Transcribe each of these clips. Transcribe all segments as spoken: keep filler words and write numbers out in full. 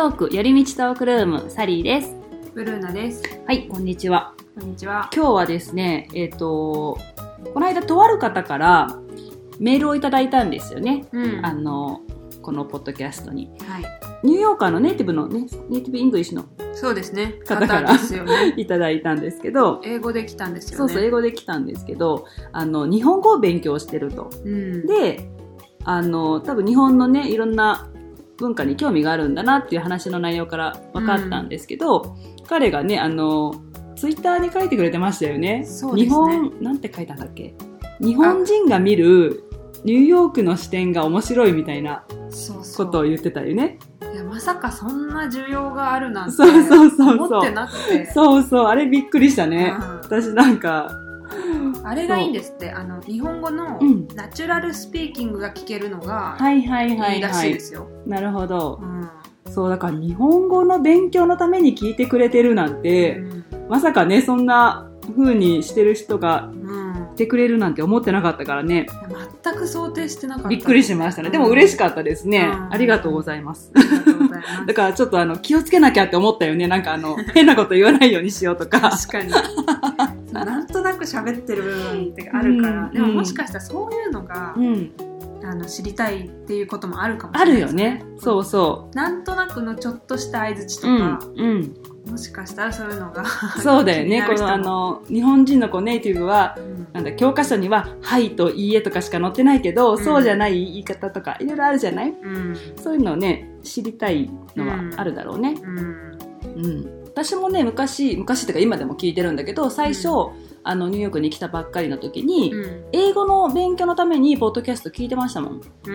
ヨーク寄り道トークルームサリーです。 ブルーナです。 はい、こんにちは。 こんにちは。 今日はですね、えっとこの間とある方からメールをいただいたんですよね、 うん、 あのこのポッドキャストに、 はい、 ニューヨーカーのネイティブのね、ネイティブイングリッシュのそうですね方からですよ、ね、 いただいたんですけど、 英語で来たんですよね。 そうそう、英語で来たんですけど、あの日本語を勉強してると、 うん、 で、あの多分日本のね、いろんな文化に興味があるんだなっていう話の内容から分かったんですけど、うん、彼がね、あのツイッターに書いてくれてましたよね。 そうですね。 日本なんて書いたんだっけ、日本人が見るニューヨークの視点が面白いみたいなことを言ってたよね。 そうそう、いやまさかそんな需要があるなんてそうそうそうそう思ってなくて、 そうそう、あれびっくりしたね、うん、私なんかあれがいいんですって。あの日本語のナチュラルスピーキングが聞けるのがいいらしいですよ。 なるほど、うん、そうだから日本語の勉強のために聞いてくれてるなんて、うん、まさかね、そんな風にしてる人がいてくれるなんて思ってなかったからね、 うん、全く想定してなかった。 びっくりしましたね。でも嬉しかったですね、うん、ありがとうございます。 ありがとうございます。 だからちょっとあの気をつけなきゃって思ったよね。なんかあの変なこと言わないようにしようとか。 確かになんとなく喋ってる部分ってあるから、うん、でももしかしたらそういうのが、うん、あの知りたいっていうこともあるかもしれないですね。 あるよね。そうそう。 なんとなくのちょっとした相づちとか、うんうん、もしかしたらそういうのがそうだよね。このあの日本人のこうネイティブは、うん、なんだ教科書にははいといいえとかしか載ってないけど、うん、そうじゃない言い方とかいろいろあるじゃない、うん、そういうのをね知りたいのはあるだろうね。うんうん、私もね昔昔ってか今でも聞いてるんだけど、最初、うん、あのニューヨークに来たばっかりの時に、うん、英語の勉強のためにポッドキャスト聞いてましたもん。うん、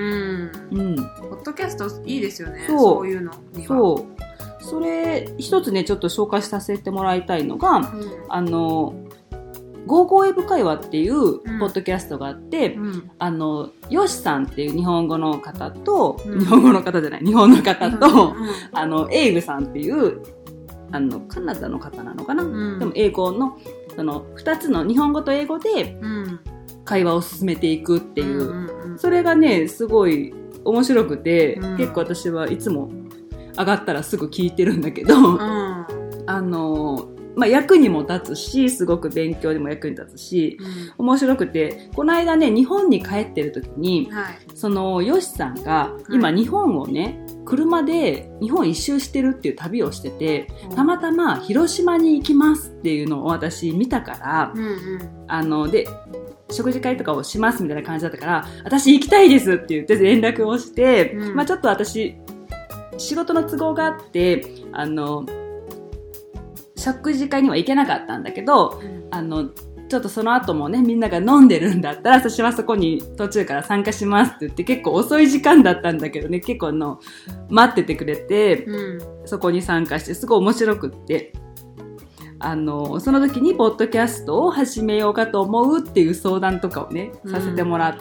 うん、ポッドキャストいいですよね。そう、そういうのには。 そうそれ一つねちょっと紹介させてもらいたいのが、うん、あのゴーゴー英語会話っていうポッドキャストがあって、うん、あのヨシさんっていう日本語の方と、うん、日本語の方じゃない日本の方と、うん、あのエイグさんっていうあのカナダの方なのかな、うん、でも英語のそのふたつの日本語と英語で会話を進めていくっていう、うんうんうん、それがねすごい面白くて、うん、結構私はいつも上がったらすぐ聞いてるんだけど、うん、あの、まあ、役にも立つし、すごく勉強にも役に立つし、うん、面白くて、この間ね、日本に帰ってる時に、はい、その、ヨシさんが、今日本をね、車で日本一周してるっていう旅をしてて、うん、たまたま広島に行きますっていうのを私見たから、うんうん、あの、で、食事会とかをしますみたいな感じだったから、私行きたいですって言って連絡をして、うん、まあちょっと私、仕事の都合があってあの食事会には行けなかったんだけど、うん、あのちょっとその後もねみんなが飲んでるんだったら私はそこに途中から参加しますって言って、結構遅い時間だったんだけどね、結構の待っててくれて、うん、そこに参加してすごい面白くって、あのその時にポッドキャストを始めようかと思うっていう相談とかをね、うん、させてもらって、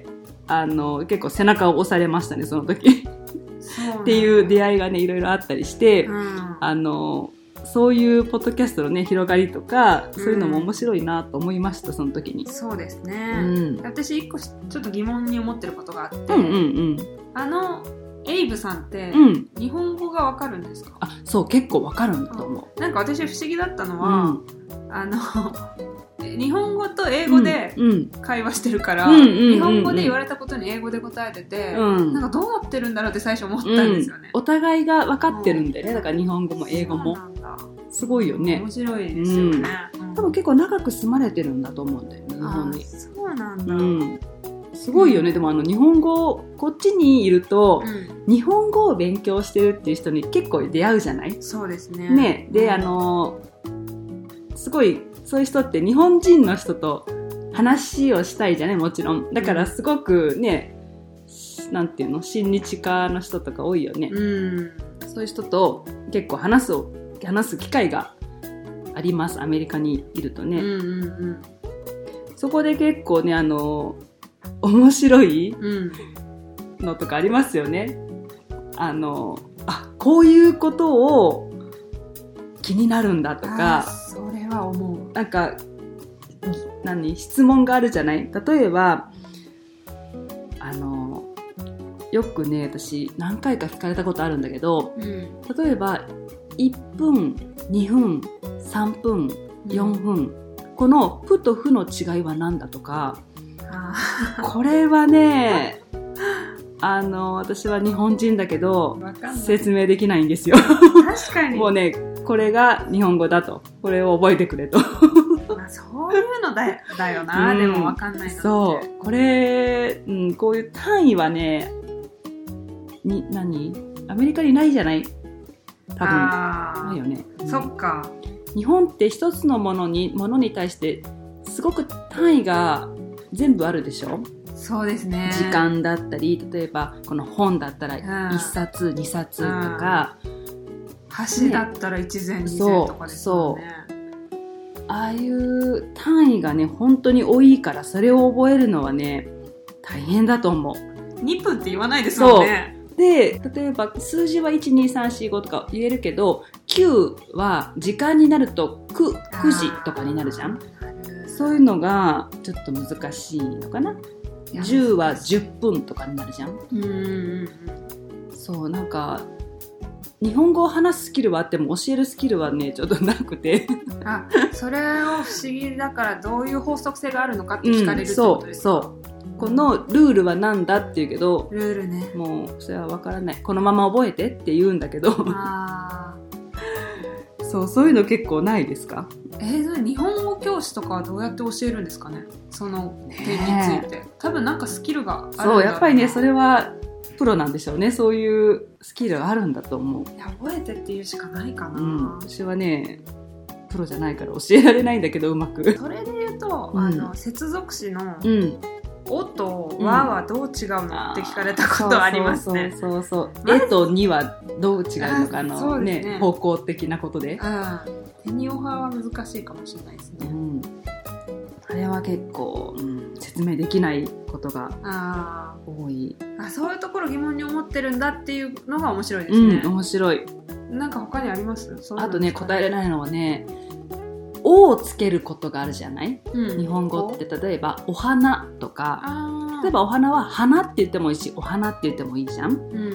あの結構背中を押されましたねその時っていう出会いがねいろいろあったりして、うん、あのそういうポッドキャストのね広がりとか、そういうのも面白いなと思いました、その時に。 そうですね、うん、私一個ちょっと疑問に思ってることがあって、 うんうんうん、 あのエイブさんって、うん、日本語がわかるんですか？ あ、そう結構わかるんだと思う。 なんか私不思議だったのは、うん、あの日本語と英語で会話してるから、うんうん、日本語で言われたことに英語で答えてて、うん、なんかどうなってるんだろうって最初思ったんですよね、 うん、お互いが分かってるんでね、だから日本語も英語もすごいよね。 面白いですよね、 うん、多分結構長く住まれてるんだと思うんだよね、日本に。 そうなんだ、 うん、すごいよね、うん、でもあの日本語こっちにいると、うん、日本語を勉強してるっていう人に結構出会うじゃない？ そうですね。 ねで、うん、あのすごいそういう人って日本人の人と話をしたいじゃね、もちろん。だからすごくね、うん、なんていうの、親日家の人とか多いよね、うん、そういう人と結構話す話す機会があります、アメリカにいるとね、うんうんうん、そこで結構ね、あの面白いのとかありますよね。あのあ、こういうことを気になるんだとか、 それは思う。 なんか何質問があるじゃない。例えばあのよくね私何回か聞かれたことあるんだけど、 うん、 例えばいっぷんにふんさんぷんよんぷん、うん、このプとフの違いは何だとか、これはねあの私は日本人だけど説明できないんですよ。 確かにもうねこれが日本語だと、これを覚えてくれと。 まあ、そういうの だ, だよな、うん、でも分かんないのって。 そうこれ、うん、こういう単位はねに何アメリカにないじゃない、多分ないよね、 うん、そっか。 日本って一つのものにものに対してすごく単位が全部あるでしょ。 そうですね。 時間だったり、例えばこの本だったらいっさつ、うん、にさつとか、うん、 橋だったらいちぜんにぜんとかですよね。 そうそう、ああいう単位がね本当に多いから、それを覚えるのはね大変だと思う。 にぷんって言わないですもんね。 で、例えば数字はいちにさんしごとか言えるけど、きゅうは時間になると 9, 9時とかになるじゃん。そういうのがちょっと難しいのかな。じゅうはじゅっぷんとかになるじゃん。 うんうんうん、 そうなんか日本語を話すスキルはあっても教えるスキルはねちょっとなくて。 あ、それを不思議だからどういう法則性があるのかって聞かれるってことですか。うん、そうそう、このルールはなんだって言うけど、 ルールね、 もうそれは分からない、このまま覚えてって言うんだけど。 あそうそういうの結構ないですか。 えー、日本語教師とかはどうやって教えるんですかね、その点について。多分なんかスキルがあるんだろう。 そうやっぱりねそれはプロなんでしょうね。そういうスキルがあるんだと思う。 いや覚えてっていうしかないかな、 うん、私はねプロじゃないから教えられないんだけどうまく。 それで言うと、うん、あの接続詞の「お」と「わ」はどう違うの、うん、って聞かれたことありますね。 そうそうそうそう、えとにはどう違うのかの、ねね、方向的なことで。 テニオ派は難しいかもしれないですね。うん、 あれは結構、うん、説明できないことが多い。 あ、そういうところ疑問に思ってるんだっていうのが面白いですね。 うん、面白い。 なんか他にあります？そうあとね答えられないのはね、おをつけることがあるじゃない、うん、日本語って例えばお花とか、例えばお花は花って言ってもいいしお花って言ってもいいじゃん、うんうんうん、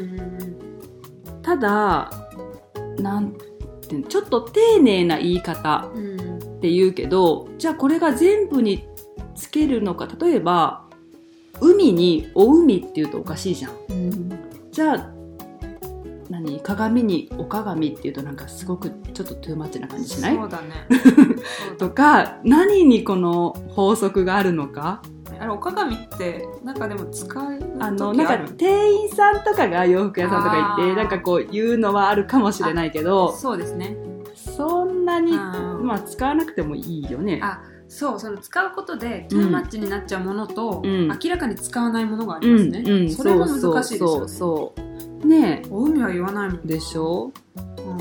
ただなんてちょっと丁寧な言い方って言うけど、うん、じゃあこれが全部につけるのか。例えば海にお海って言うとおかしいじゃん、うん、じゃあ何鏡にお鏡っていうとなんかすごくちょっとトゥーマッチな感じしない？ そうだねとか何にこの法則があるのか。 あれお鏡ってなんかでも使う時あのなんか店員さんとかが洋服屋さんとか行ってなんかこう言うのはあるかもしれないけど、 そうですね、 そんなにまあ使わなくてもいいよね。 あ、そう、その使うことでトゥーマッチになっちゃうものと、うん、明らかに使わないものがありますね、うんうん、それも難しいですよね。そうそうそうねえ、お海は言わないもんでしょ、うん、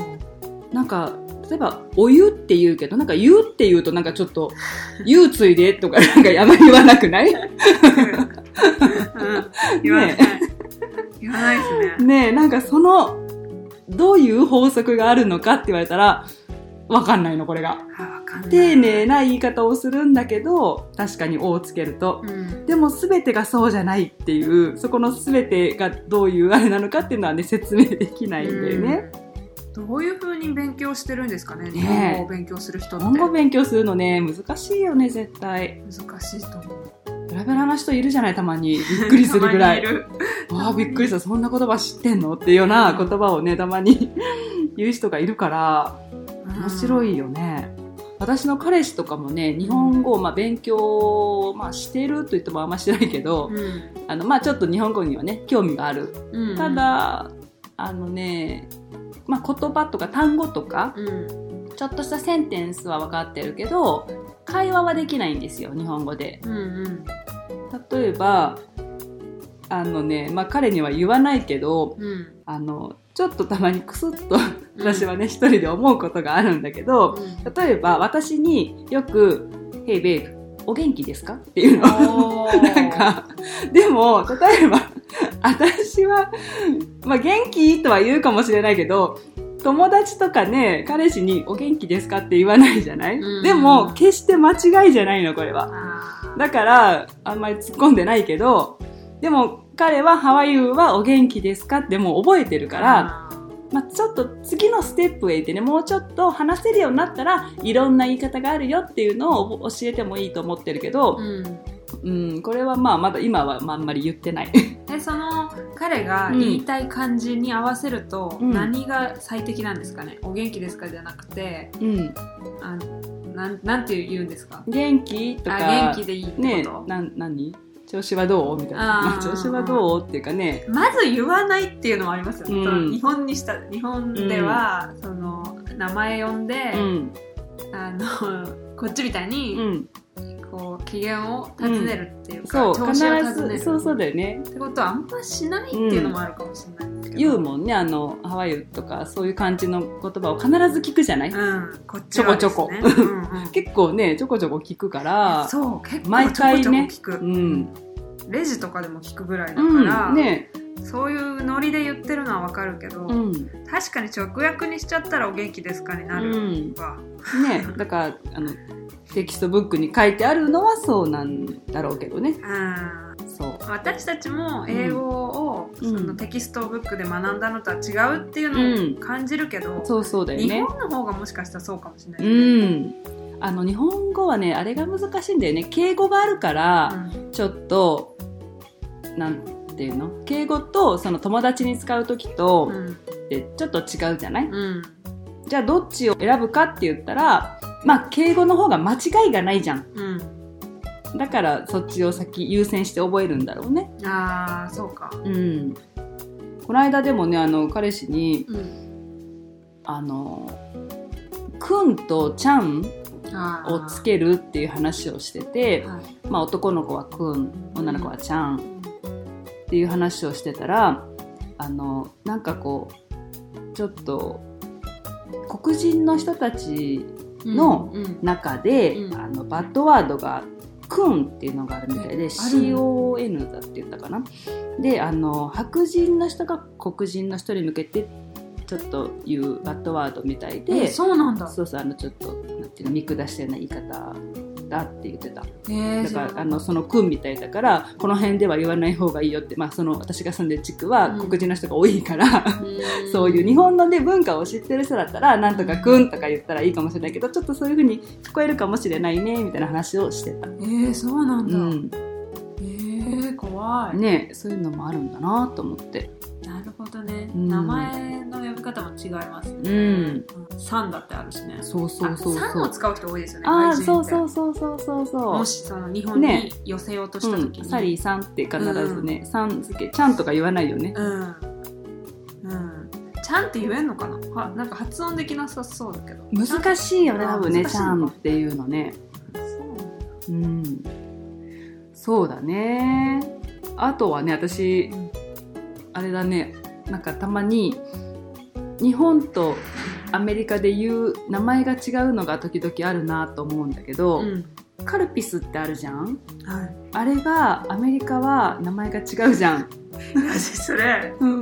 なんか例えばお湯って言うけどなんか湯って言うとなんかちょっと湯ついでとかなんかあんまり言わなくない？うん、 言わない、ね、言わないですね。 ねえ、なんかそのどういう法則があるのかって言われたらわかんないのこれが。丁寧な言い方をするんだけど確かに「お」をつけると、うん、でも全てがそうじゃないっていう、そこの全てがどういうあれなのかっていうのはね説明できないんだよね、 うん、どういう風に勉強してるんですかね、日本語を勉強する人って。 日本語を勉強するのね難しいよね絶対。 難しいと思う。 ベラベラな人いるじゃない、たまにびっくりするぐらいいるああびっくりした、そんな言葉知ってんのっていうような言葉をねたまに言う人がいるから面白いよね。私の彼氏とかもね日本語をまあ勉強、まあ、してると言ってもあんましてないけど、うん、あのまあ、ちょっと日本語にはね興味がある、うんうん、ただあのね、まあ、言葉とか単語とか、うん、ちょっとしたセンテンスは分かってるけど会話はできないんですよ日本語で、うんうん、例えばあのね、まあ、彼には言わないけど、うん、あのちょっとたまにクスッと私はね、うん、一人で思うことがあるんだけど、うん、例えば私によく「Hey babe お元気ですか?」っていうのなんかでも例えば私は、まあ、元気とは言うかもしれないけど友達とかね彼氏にお元気ですかって言わないじゃない、うん、でも決して間違いじゃないのこれは。だからあんまり突っ込んでないけどでも彼はハワイユーはお元気ですかってもう覚えてるから、まあ、ちょっと次のステップへ行ってね、もうちょっと話せるようになったらいろんな言い方があるよっていうのを教えてもいいと思ってるけど、うんうん、これはまあまだ今はあんまり言ってないえ、その彼が言いたい感じに合わせると何が最適なんですかね、うん、お元気ですかじゃなくて、うん、あなん、なんて言うんですか、 元気とか、 あ、元気でいいってこと、ね、 な何調子はどうみたいな、調子はどうっていうかね、 まず言わないっていうのもありますよね、うん、日本にした日本では、うん、その名前呼んで、うん、あのこっちみたいに、うんこう機嫌を尋ねるっていうか、うん、そう調子を尋ねる、 そうそうだよね。 ってことはあんましないっていうのもあるかもしれないですけど、 うん、言うもんね、あのハワイユとかそういう感じの言葉を必ず聞くじゃない、うん、 こっちはですね、 ちょこちょこ、うんうん、結構ねちょこちょこ聞くから、 そう結構ちょこちょこ聞く、ね、うん、レジとかでも聞くぐらいだから、うんね、そういうノリで言ってるのはわかるけど、うん、確かに直訳にしちゃったらお元気ですかになるわ、 うん、ね、だからあのテキストブックに書いてあるのはそうなんだろうけどね、うん、 そう私たちも英語を、うん、そのテキストブックで学んだのとは違うっていうのを感じるけど、うん、 そうそうだよね、 日本の方がもしかしたらそうかもしれないですね、 うん、あの日本語はねあれが難しいんだよね、敬語があるから、うん、ちょっとなんていうの、敬語とその友達に使う時と、うん、ってちょっと違うじゃない、うん、じゃあどっちを選ぶかって言ったら、まあ敬語の方が間違いがないじゃん、うん、だからそっちを先優先して覚えるんだろうね。 ああ、そうか、 うん、この間でもねあの彼氏に、うん、あのくんとちゃんをつけるっていう話をしてて、はい、まあ男の子はくん、女の子はちゃん、うん、っていう話をしてたら、あのなんかこうちょっと黒人の人たちの中で、うんうん、あのバッドワードがクンっていうのがあるみたいで、 シーオーエヌ だって言ったかな。であの白人の人が黒人の人に向けてちょっと言うバッドワードみたいで、 そうなんだ。 そうそう、あのちょっとなんていうの見下したような言い方だって言ってた。だからあのその君みたいだからこの辺では言わない方がいいよって、まあ、その私が住んでる地区は黒人の人が多いから、うん、そういう日本の、ね、文化を知ってる人だったらなんとか君とか言ったらいいかもしれないけど、ちょっとそういう風に聞こえるかもしれないねみたいな話をしてた。 えー、そうなんだ、うん、えー、怖いね。そういうのもあるんだなと思って。 なるほどね、うん、名前の呼び方も違いますね、うんうん、サンだってあるしね。 そうそうそうそう、 サンを使う人多いですよね。 ああ、そうそうそうそうそうそう。 もしその日本に寄せようとした時に、ね、 うん、サリーさんって必ずね、うん、さん付けちゃんとか言わないよね。うん、うん、 ちゃんって言えんのかな。はなんか発音できなさそうだけど難しいよね多分ね、ちゃんっていうのね。そう、うん、そうだね。あとはね私、うん、あれだね、なんかたまに日本とアメリカで言う名前が違うのが時々あるなと思うんだけど、うん、カルピスってあるじゃん、はい、あれがアメリカは名前が違うじゃん。 それ、うん、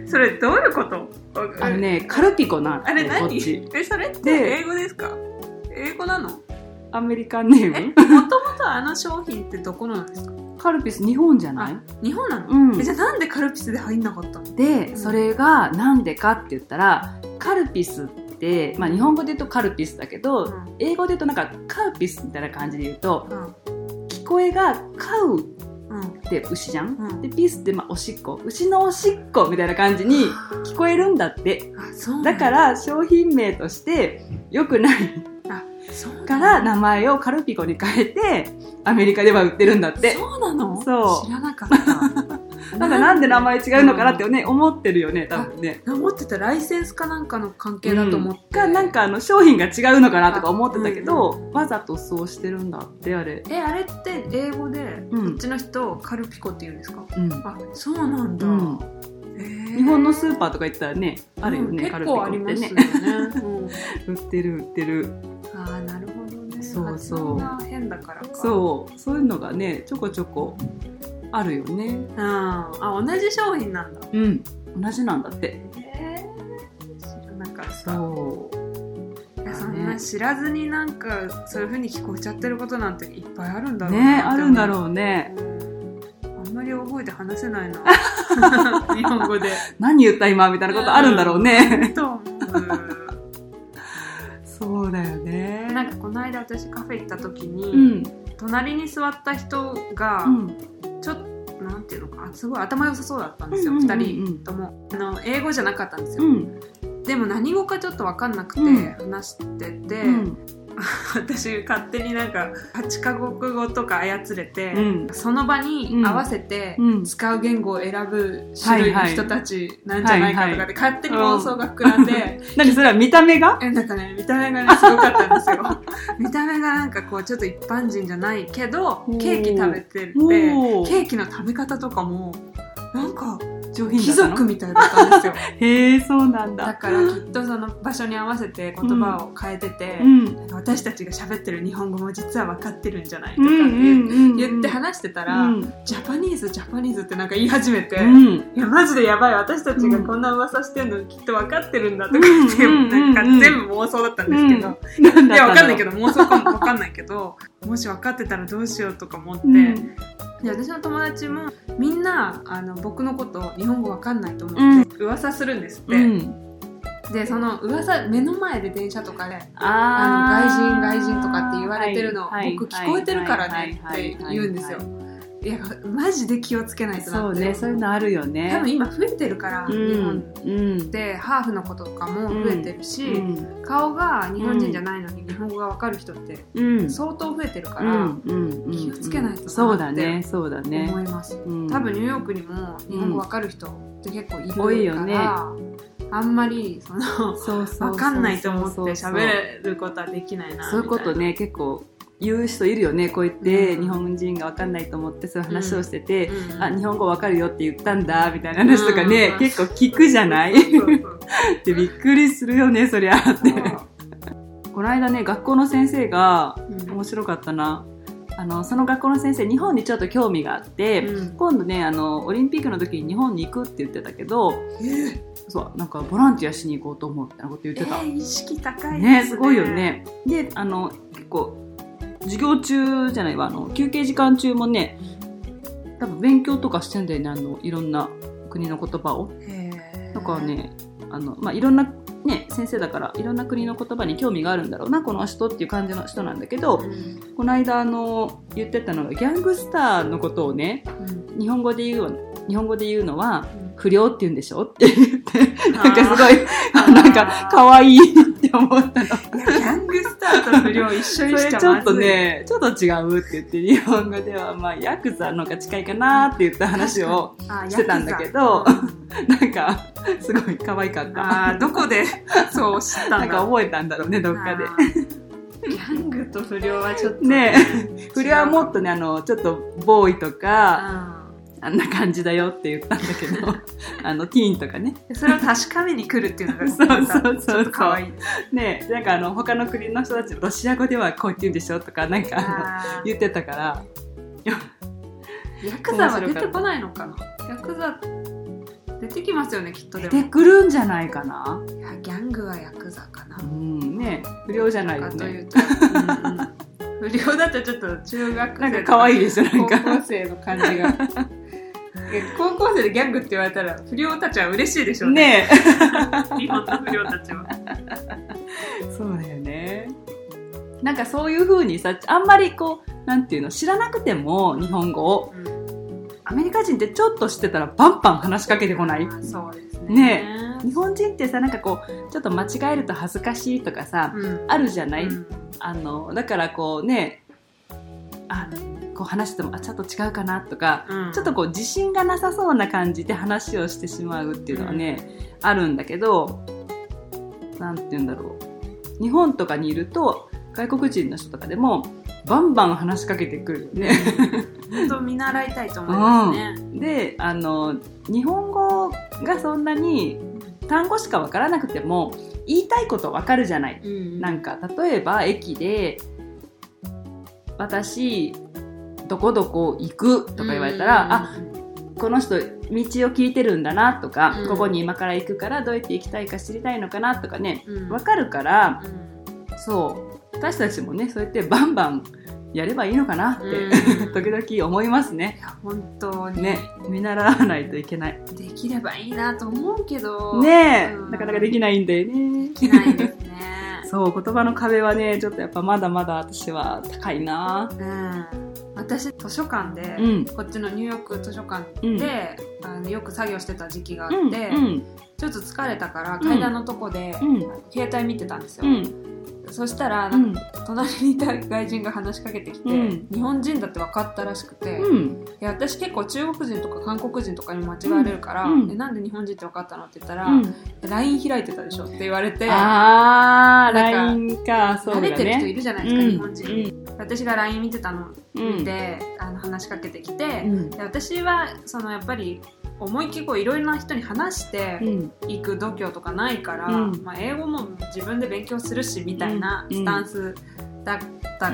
それどういうこと？ あれね、カルピコなって。 あれ何？こっちえ、それって英語ですか？英語なの？ アメリカンネーム？ え、もともとあの商品ってどこのなんですか？ カルピス日本じゃない？ 日本なの？うん、え、じゃあなんでカルピスで入んなかったの？ で、うん、それがなんでかって言ったら、カルピスって、まあ、日本語で言うとカルピスだけど、うん、英語で言うとなんかカルピスみたいな感じで言うと、うん、聞こえがカウって牛じゃん、うん、でピスってまあおしっこ、牛のおしっこみたいな感じに聞こえるんだって。あ、そうなんだ。だから商品名として良くない。そうから名前をカルピコに変えてアメリカでは売ってるんだって。 そうなの？ そう。 知らなかった。 なんかなんで名前違うのかなってね、思ってるよね、多分ね。 思ってた。ライセンスかなんかの関係だと思って。うん、 かなんかあの商品が違うのかなとか思ってたけど、うんうん、わざとそうしてるんだってあれ。 え、あれって英語でこっちの人カルピコって言うんですか？うん、あ、そうなんだ。うん、 えー、日本のスーパーとか行ったらね、あるよね、うん、カルピコってね。 結構ありますよね。 うん、売ってる売ってる。 ああ、なるほどね。 そうそう。 発音が変だからか。 そう、そういうのがね、ちょこちょこあるよね。 うん、あ、同じ商品なんだ。 うん、同じなんだって。 えー、知らなかった。 そう。 いや、そんな知らずになんかそういう風に聞こえちゃってることなんていっぱいあるんだろうね。ね、あるんだろうね。 うん、あんままり覚えて話せないな日本語で何言った今みたいなことあるんだろうね、 と思うそうだよね。 なんかこの間私カフェ行った時に、 うん、 隣に座った人が、うん、ちょっとなんていうのかすごい頭良さそうだったんですよ、うんうんうんうん、ふたりともあの英語じゃなかったんですよ、うん、でも何語かちょっと分かんなくて話してて、うん、私勝手になんかはちカ国語とか操れて、うん、その場に合わせて使う言語を選ぶ種類の人たちなんじゃないかとかで勝手に妄想が膨らんで何それは見た目がえなんかね見た目がねすごかったんですよ見た目がなんかこうちょっと一般人じゃないけどケーキ食べててケーキの食べ方とかもなんか上品だったの？貴族みたいだったんですよへえそうなんだ。 だからきっとその場所に合わせて言葉を変えてて、うん、なんか私たちが喋ってる日本語も実は分かってるんじゃないとかって言って話してたら、うん、ジャパニーズジャパニーズってなんか言い始めて、うん、いやマジでやばい私たちがこんな噂してんのきっと分かってるんだとかって、うん、なんか全部妄想だったんですけど、うん、いや分かんないけど妄想かも分かんないけどもし分かってたらどうしようとか思って、うん、で私の友達もみんなあの僕のこと日本語わかんないと思って、うん、噂するんですって、うん、でその噂目の前で電車とかであの外人外人とかって言われてるの、はい、僕聞こえてるからねって言うんですよ。いやマジで気をつけないとなって。 そうねそういうのあるよね。 多分今増えてるから、うん、日本で、うん、ハーフの子とかも増えてるし、うん、顔が日本人じゃないのに日本語が分かる人って相当増えてるから、うん、気をつけないとなってそうだねそうだね思います、うん、多分ニューヨークにも日本語分かる人って結構いるから、多いよね。あんまりその分かんないと思って喋れることはできないなみたいな。 そういうことね結構言う人いるよね。こう言って、うん、日本人が分かんないと思ってそういう話をしてて、うん、あ日本語分かるよって言ったんだみたいな話とかね、うん、結構聞くじゃないでびっくりするよねそりゃってこの間ね学校の先生が面白かったな。あのその学校の先生日本にちょっと興味があって、うん、今度ねあのオリンピックの時に日本に行くって言ってたけど、えー、そうなんかボランティアしに行こうと思うみたいなこと言ってた、 えー、意識高いですね。 ねすごいよね。であの結構授業中じゃないわあの休憩時間中もね多分勉強とかしてんだよねあのいろんな国の言葉を。へだからねあの、まあ、いろんな、ね、先生だからいろんな国の言葉に興味があるんだろうなこの人っていう感じの人なんだけど、うん、この間あの言ってたのがギャングスターのことをね、うん、日本語で言う日本語で言うのは、うん、不良って言うんでしょって言ってなんかすごいなんか可愛いって思ったの。いやギャングスターと不良一緒にしちゃまずい。それちょっとねちょっと違うって言って日本語ではまあヤクザのが近いかなって言った話をしてたんだけどなんかすごい可愛かった。 あどこでそう知ったんだなんか覚えたんだろうねどっかで。 ギャングと不良はちょっとね不良はもっとねあのちょっとボーイとかあんな感じだよって言ったんだけどあのティーンとかねそれを確かめに来るっていうのがそうそうそうかわいいね。なんかあの他の国の人たちロシア語ではこう言って言うんでしょとかなんかあの言ってたからヤクザは出てこないのかな。ヤクザ出てきますよねきっと。でも出てくるんじゃないかな。 いやギャングはヤクザかな。 うんね不良じゃないよね。 というと、うんうん、不良だとちょっと中学生なんか可愛いでしょなんか高校生の感じが高校生でギャングって言われたら不良たちは嬉しいでしょうね。ね日本の不良たちはそうだよね。なんかそういう風にさあんまりこうなんていうの知らなくても日本語を、うん、アメリカ人ってちょっと知ってたらバンバン話しかけてこない。 そうですね。 ね日本人ってさなんかこうちょっと間違えると恥ずかしいとかさ、うん、あるじゃない、うん、あのだからこうねあこう話してもあちょっと違うかなとか、うん、ちょっとこう自信がなさそうな感じで話をしてしまうっていうのはね、うん、あるんだけどなんて言うんだろう日本とかにいると外国人の人とかでもバンバン話しかけてくるよね。 本当見習いたいと思いますね。 うん、であの日本語がそんなに単語しか分からなくても言いたいこと分かるじゃない、うん、なんか例えば駅で私どこどこ行くとか言われたら、うん、あこの人道を聞いてるんだなとか、うん、ここに今から行くからどうやって行きたいか知りたいのかなとかね、うん、分かるから、うん、そう私たちもねそうやってバンバンやればいいのかなって、うん、時々思いますね。 いや本当にね、見習わないといけない。 できればいいなと思うけどねえ、 うん、 なかなかできないんだよね。 できないですね。 そう、言葉の壁はねちょっとやっぱまだまだ私は高いな。 うん、私図書館で、うん、こっちのニューヨーク図書館で、うん、あのよく作業してた時期があって、うんうん、ちょっと疲れたから階段のとこで、うん、携帯見てたんですよ、うん、そしたらなんか隣にいた外人が話しかけてきて、うん、日本人だって分かったらしくて、うん、いや私結構中国人とか韓国人とかに間違われるから、うん、えなんで日本人って分かったのって言ったら、うん、ライン 開いてたでしょって言われて、 あー ライン か、そうだね、 慣れてる人いるじゃないですか、 うん、 日本人、うん、私が ライン 見てたの見て、うん、あの話しかけてきて、うん、で私はそのやっぱり思いっきりこういろいろな人に話していく度胸とかないから、うんまあ、英語も自分で勉強するしみたいなスタンスだったから、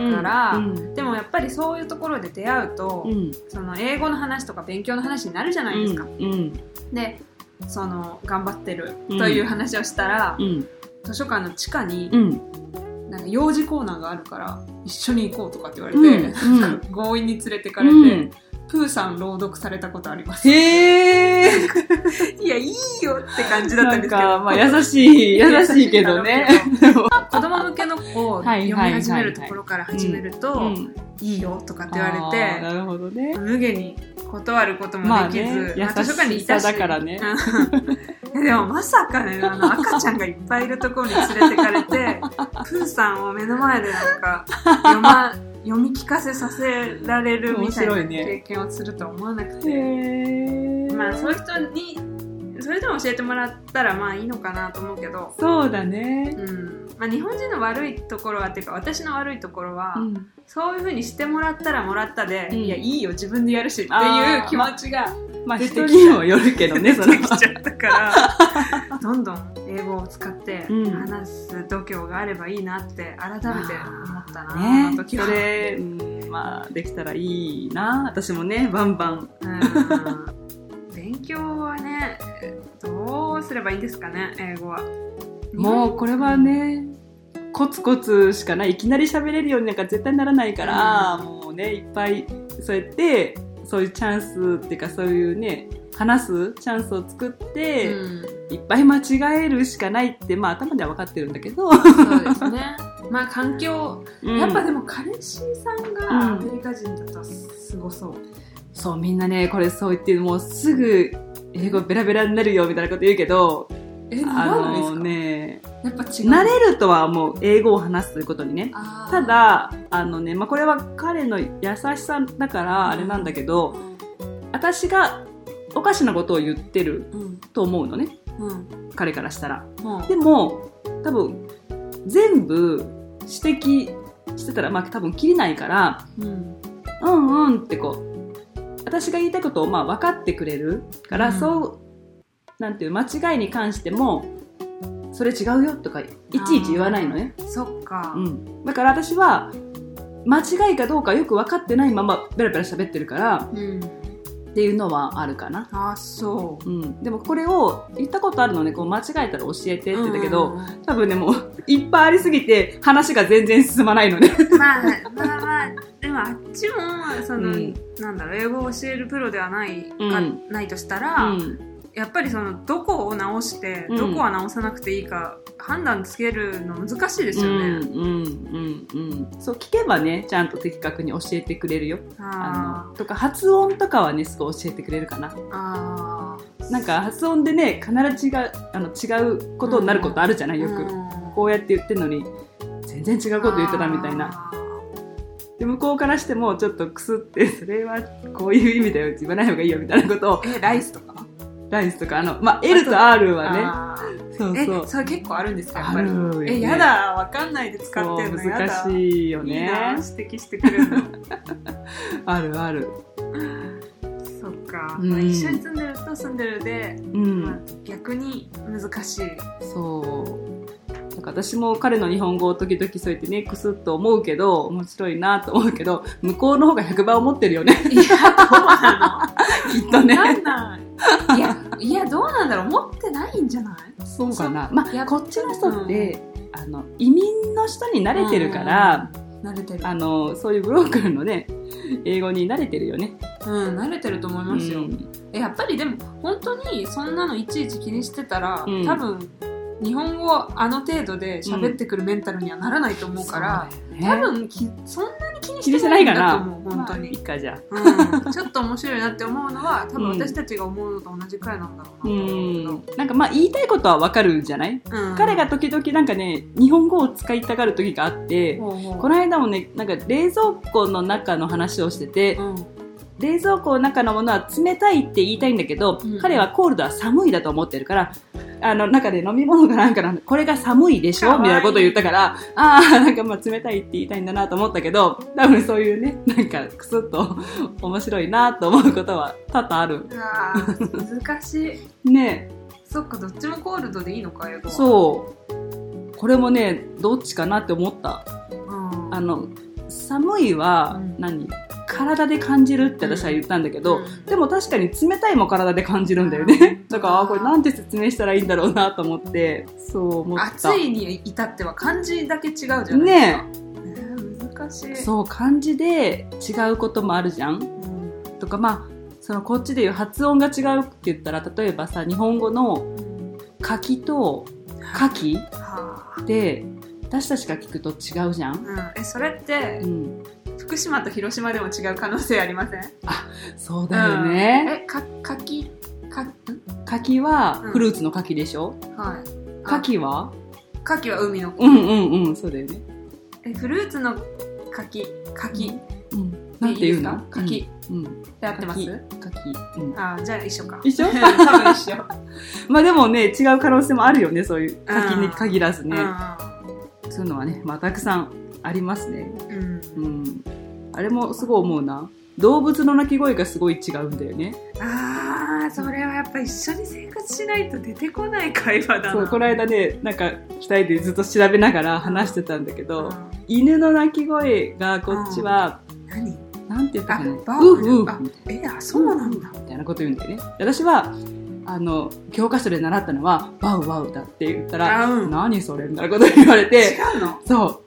うんうん、でもやっぱりそういうところで出会うと、うん、その英語の話とか勉強の話になるじゃないですか、うんうん、でその頑張ってるという話をしたら、うん、図書館の地下に、うんなんか幼児コーナーがあるから一緒に行こうとかって言われて、うんうん、強引に連れてかれて、うん、プーさん朗読されたことあります。 へーいやいいよって感じだったんですけど、 なんか、まあ、優しい優しいけどね子供向けのを読み始めるところから始めるといいよとかって言われて、 なるほどね、 無下に断ることもできず、まあね、 まあ、図書館にいたしだからねでもまさかねあの赤ちゃんがいっぱいいるところに連れてかれてプーさんを目の前でなんか読ま読み聞かせさせられるみたいな経験をするとは思わなくて、ね、まあそういう人にそれでも教えてもらったらまあいいのかなと思うけど、 そうだね、 うんまあ、日本人の悪いところはっていうか私の悪いところは、うん、そういう風にしてもらったらもらったで、うん、いやいいよ自分でやるしっていう気持ちがまあ人にもよるけどね、その出てきちゃったからどんどん英語を使って話す度胸があればいいなって改めて思ったな、 ね、時それ、うん、まあできたらいいな、私もねバンバン、 うん、勉強はねどうすればいいんですかね、英語は。 もうこれはねコツコツしかない、いきなり喋れるようになんか絶対ならないから、うん、もうねいっぱいそうやってそういうチャンスっていうかそういうね話すチャンスを作って、うん、いっぱい間違えるしかないってまあ頭では分かってるんだけど、 そうですねまあ環境、うん、やっぱでも彼氏さんがアメリカ人だとすごそう、うん、 そうみんなねこれそう言ってもうすぐ英語ベラベラになるよみたいなこと言うけど、 えならないですか？ ねやっぱ違う。 慣れるとはもう英語を話すということにね。ただあのね、まあ、これは彼の優しさだからあれなんだけど、うん、私がおかしなことを言ってると思うのね、うん、彼からしたら、うん、でも多分全部指摘してたらまあ多分切りないから、うん、うんうんってこう私が言いたいことをまあ分かってくれるから、うん、そうなんていう間違いに関してもそれ違うよとかいちいち言わないのね。 そっか、 うん、だから私は間違いかどうかよく分かってないままベラベラ喋ってるから、うん、っていうのはあるかな。 あ、そう、 うん、でもこれを言ったことあるのね、こう間違えたら教えてって言ったけど、うん、多分ねもういっぱいありすぎて話が全然進まないのねまあまあまあでもあっちもその、うん、なんだろう英語を教えるプロではないか、うん、ないとしたら、うん、やっぱりそのどこを直してどこは直さなくていいか判断つけるの難しいですよね。うんうんうんうん。そう聞けばねちゃんと的確に教えてくれるよ。あのとか発音とかはねすごい教えてくれるかな。あなんか発音でね必ず違うあの違うことになることあるじゃない、よく、うん、こうやって言ってるのに全然違うこと言ってたみたいな。で向こうからしてもちょっとクスってそれはこういう意味だよって言わない方がいいよみたいなことを。 えライスとかライスとかあの、まあ、L と R はねそうそうえそれ結構あるんですかやっぱり、ね、えやだ分かんないで使ってるのやだ難しいよね。 いいな指摘してくれるのあるあるそっか、うんまあ、一緒に住んでると住んでるで、うんまあ、逆に難しい。 そうなんか私も彼の日本語を時々そうやってねクスッと思うけど面白いなと思うけど向こうの方がひゃくばい思ってるよね。 いやどうなのきっとねなんないいやいやどうなんだろう思ってないんじゃない？ そうかな。まあこっちの人って、うん、あの移民の人に慣れてるから、う慣れてる。 あのそういうブロークルのね英語に慣れてるよね。 うん、慣れてると思いますよ、うん、やっぱりでも本当にそんなのいちいち気にしてたら、うん、多分日本語あの程度で喋ってくるメンタルにはならないと思うから、うんね、多分きそんなに気にしてないんだと思う。本当に、まあ、いいかじゃあ、うん、ちょっと面白いなって思うのは多分私たちが思うのと同じくらいなんだろうなと思うけど、うん、 なんかまあ言いたいことはわかるじゃない、うん、彼が時々なんかね日本語を使いたがる時があって、うん、この間もねなんか冷蔵庫の中の話をしてて、うん、冷蔵庫の中のものは冷たいって言いたいんだけど、うん、彼はコールドは寒いだと思ってるからあの中で飲み物がなんかこれが寒いでしょみたいなことを言ったからああなんかまあ冷たいって言いたいんだなと思ったけど多分そういうねなんかクスッと面白いなと思うことは多々ある。 あ難しいねえそっかどっちもコールドでいいのかよ。 そうこれもねどっちかなって思った、うん、あの寒いは何、うん体で感じるって私は言ったんだけど、うん、でも確かに冷たいも体で感じるんだよね、うん、だからこれなんて説明したらいいんだろうなと思ってそう思った。 暑いに至っては漢字だけ違うじゃないですかねえ、えー、難しい。 そう漢字で違うこともあるじゃん、うん、とかまあそのこっちでいう発音が違うって言ったら例えばさ日本語の柿と柿で私たちが聞くと違うじゃん、 うん、えそれって、うん福島と広島でも違う可能性ありません？ あ、そうだよね。 うん、え、か、柿、か、 柿はフルーツの柿でしょ？うん、はい。柿は？ 柿は海の柿。うんうんうん、そうだよね。 え、フルーツの柿、柿。 うん。なんて言うの？ 柿。うん。で合ってます？ 柿。うん。 あ、じゃあ一緒か。 一緒？多分一緒。 まあでもね、違う可能性もあるよね、そういう柿に限らずね。うん、そういうのはね、まあたくさんありますね。うん。うん。あれもすごい思うな。動物の鳴き声がすごい違うんだよね。 ああ、それはやっぱ一緒に生活しないと出てこない会話だな。 そう、この間ね、なんかふたりでずっと調べながら話してたんだけど、うん、犬の鳴き声がこっちは、うん、何なんて言ったかな、ウーフーフえ、あ、そうなんだ。 みたいなこと言うんだよね。私はあの教科書で習ったのはワウワウだって言ったら、うん、何それみたいなこと言われて、 違うの？ そう、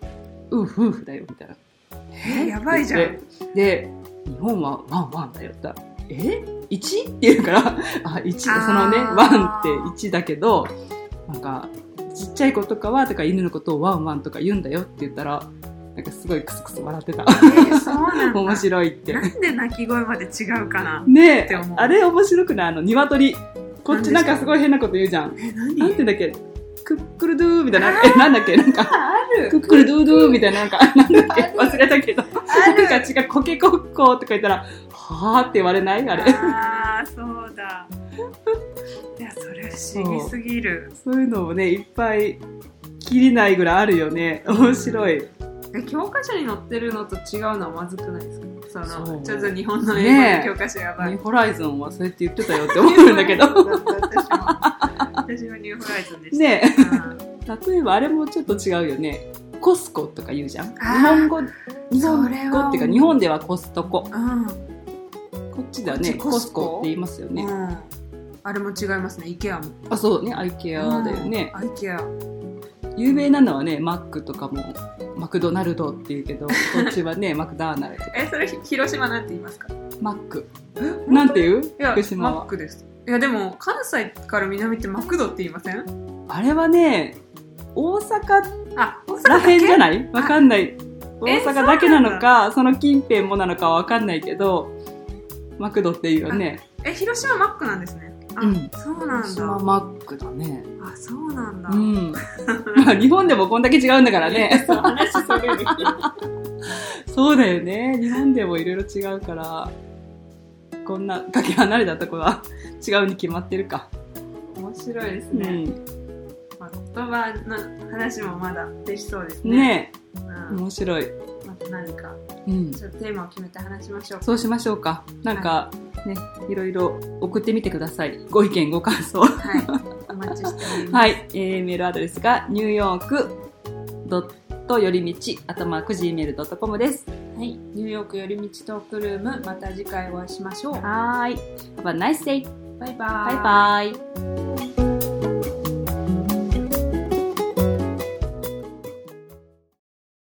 ウーフーフだよみたいな。 えー、やばいじゃん。 で、日本はワンワンだよって。え ?いち? って言うから、あ、いち、そのね、ワンっていちだけど、なんか、ちっちゃい子とかは、とか犬のことをワンワンとか言うんだよって言ったら、なんかすごいクスクス笑ってた。 えー、そうなんだ。 面白いって。 なんで鳴き声まで違うかなねえ、 って思う。 あれ面白くない？あの、鶏。こっちなんかすごい変なこと言うじゃん。 え、何？ なんて言うんだっけ？クックルドゥーみたいな、え、なんだっけなんか、 あるクックルドゥードゥーみたいな、なんか、なんだっけ忘れたけど、なんか違う、コケコッコーとか言ったら、はーって言われないあれ。 あー、そうだ。いや、それ不思議すぎる。 そう、そういうのもね、いっぱい、切りないぐらいあるよね。面白い。 え、教科書に載ってるのと違うのはまずくないですか？その、そうちょっと日本の英語の教科書やばい。 ニューホライゾンはそうやって言ってたよって思うんだけど。 私も。私もニューホライゾンでした。 ねえ、うん、例えばあれもちょっと違うよね。コスコとか言うじゃん。日本語、日本語っていうか日本ではコストコ。うん、こっちではね、コスコって言いますよね。うん、 あれも違いますね、イケアも。 あ、そうね、アイケアだよね。 アイケア。 有名なのはね、マックとかも、マクドナルドって言うけど、こっちはね、マクダーナルド。 え、それ広島なんて言いますか？ マック。なんて言う？ いや、 福島は。 マックです。いやでも関西から南ってマクドって言いません？ あれはね大阪らへんじゃない？わかんない。大阪だけなのか そ, その近辺もなのかはわかんないけどマクドっていうよね。 え、広島マックなんですね。あ、うん、そうなんだ。 広島マックだね。 あ、そうなんだ。 うん。まあ日本でもこんだけ違うんだからね。 そう話それる。 そうだよね。日本でもいろいろ違うから。こんなかけ離れたところは違うに決まってるか。 面白いですね、うんまあ、言葉の話もまだできそうですね。 ねえ、うん、面白い。 また何か、うん、ちょっとテーマを決めて話しましょう。 そうしましょうか。なんか、はい、ね、いろいろ送ってみてください。ご意見ご感想。 はい、お待ちしております。 はい、えー、メールアドレスがニューヨークドットよりみちアットマーク ジーメールドットコム です。 はい、ニューヨークよりみちトークルーム、また次回お会いしましょう。 はい。Have a nice day. バイバイ。 バイバイ。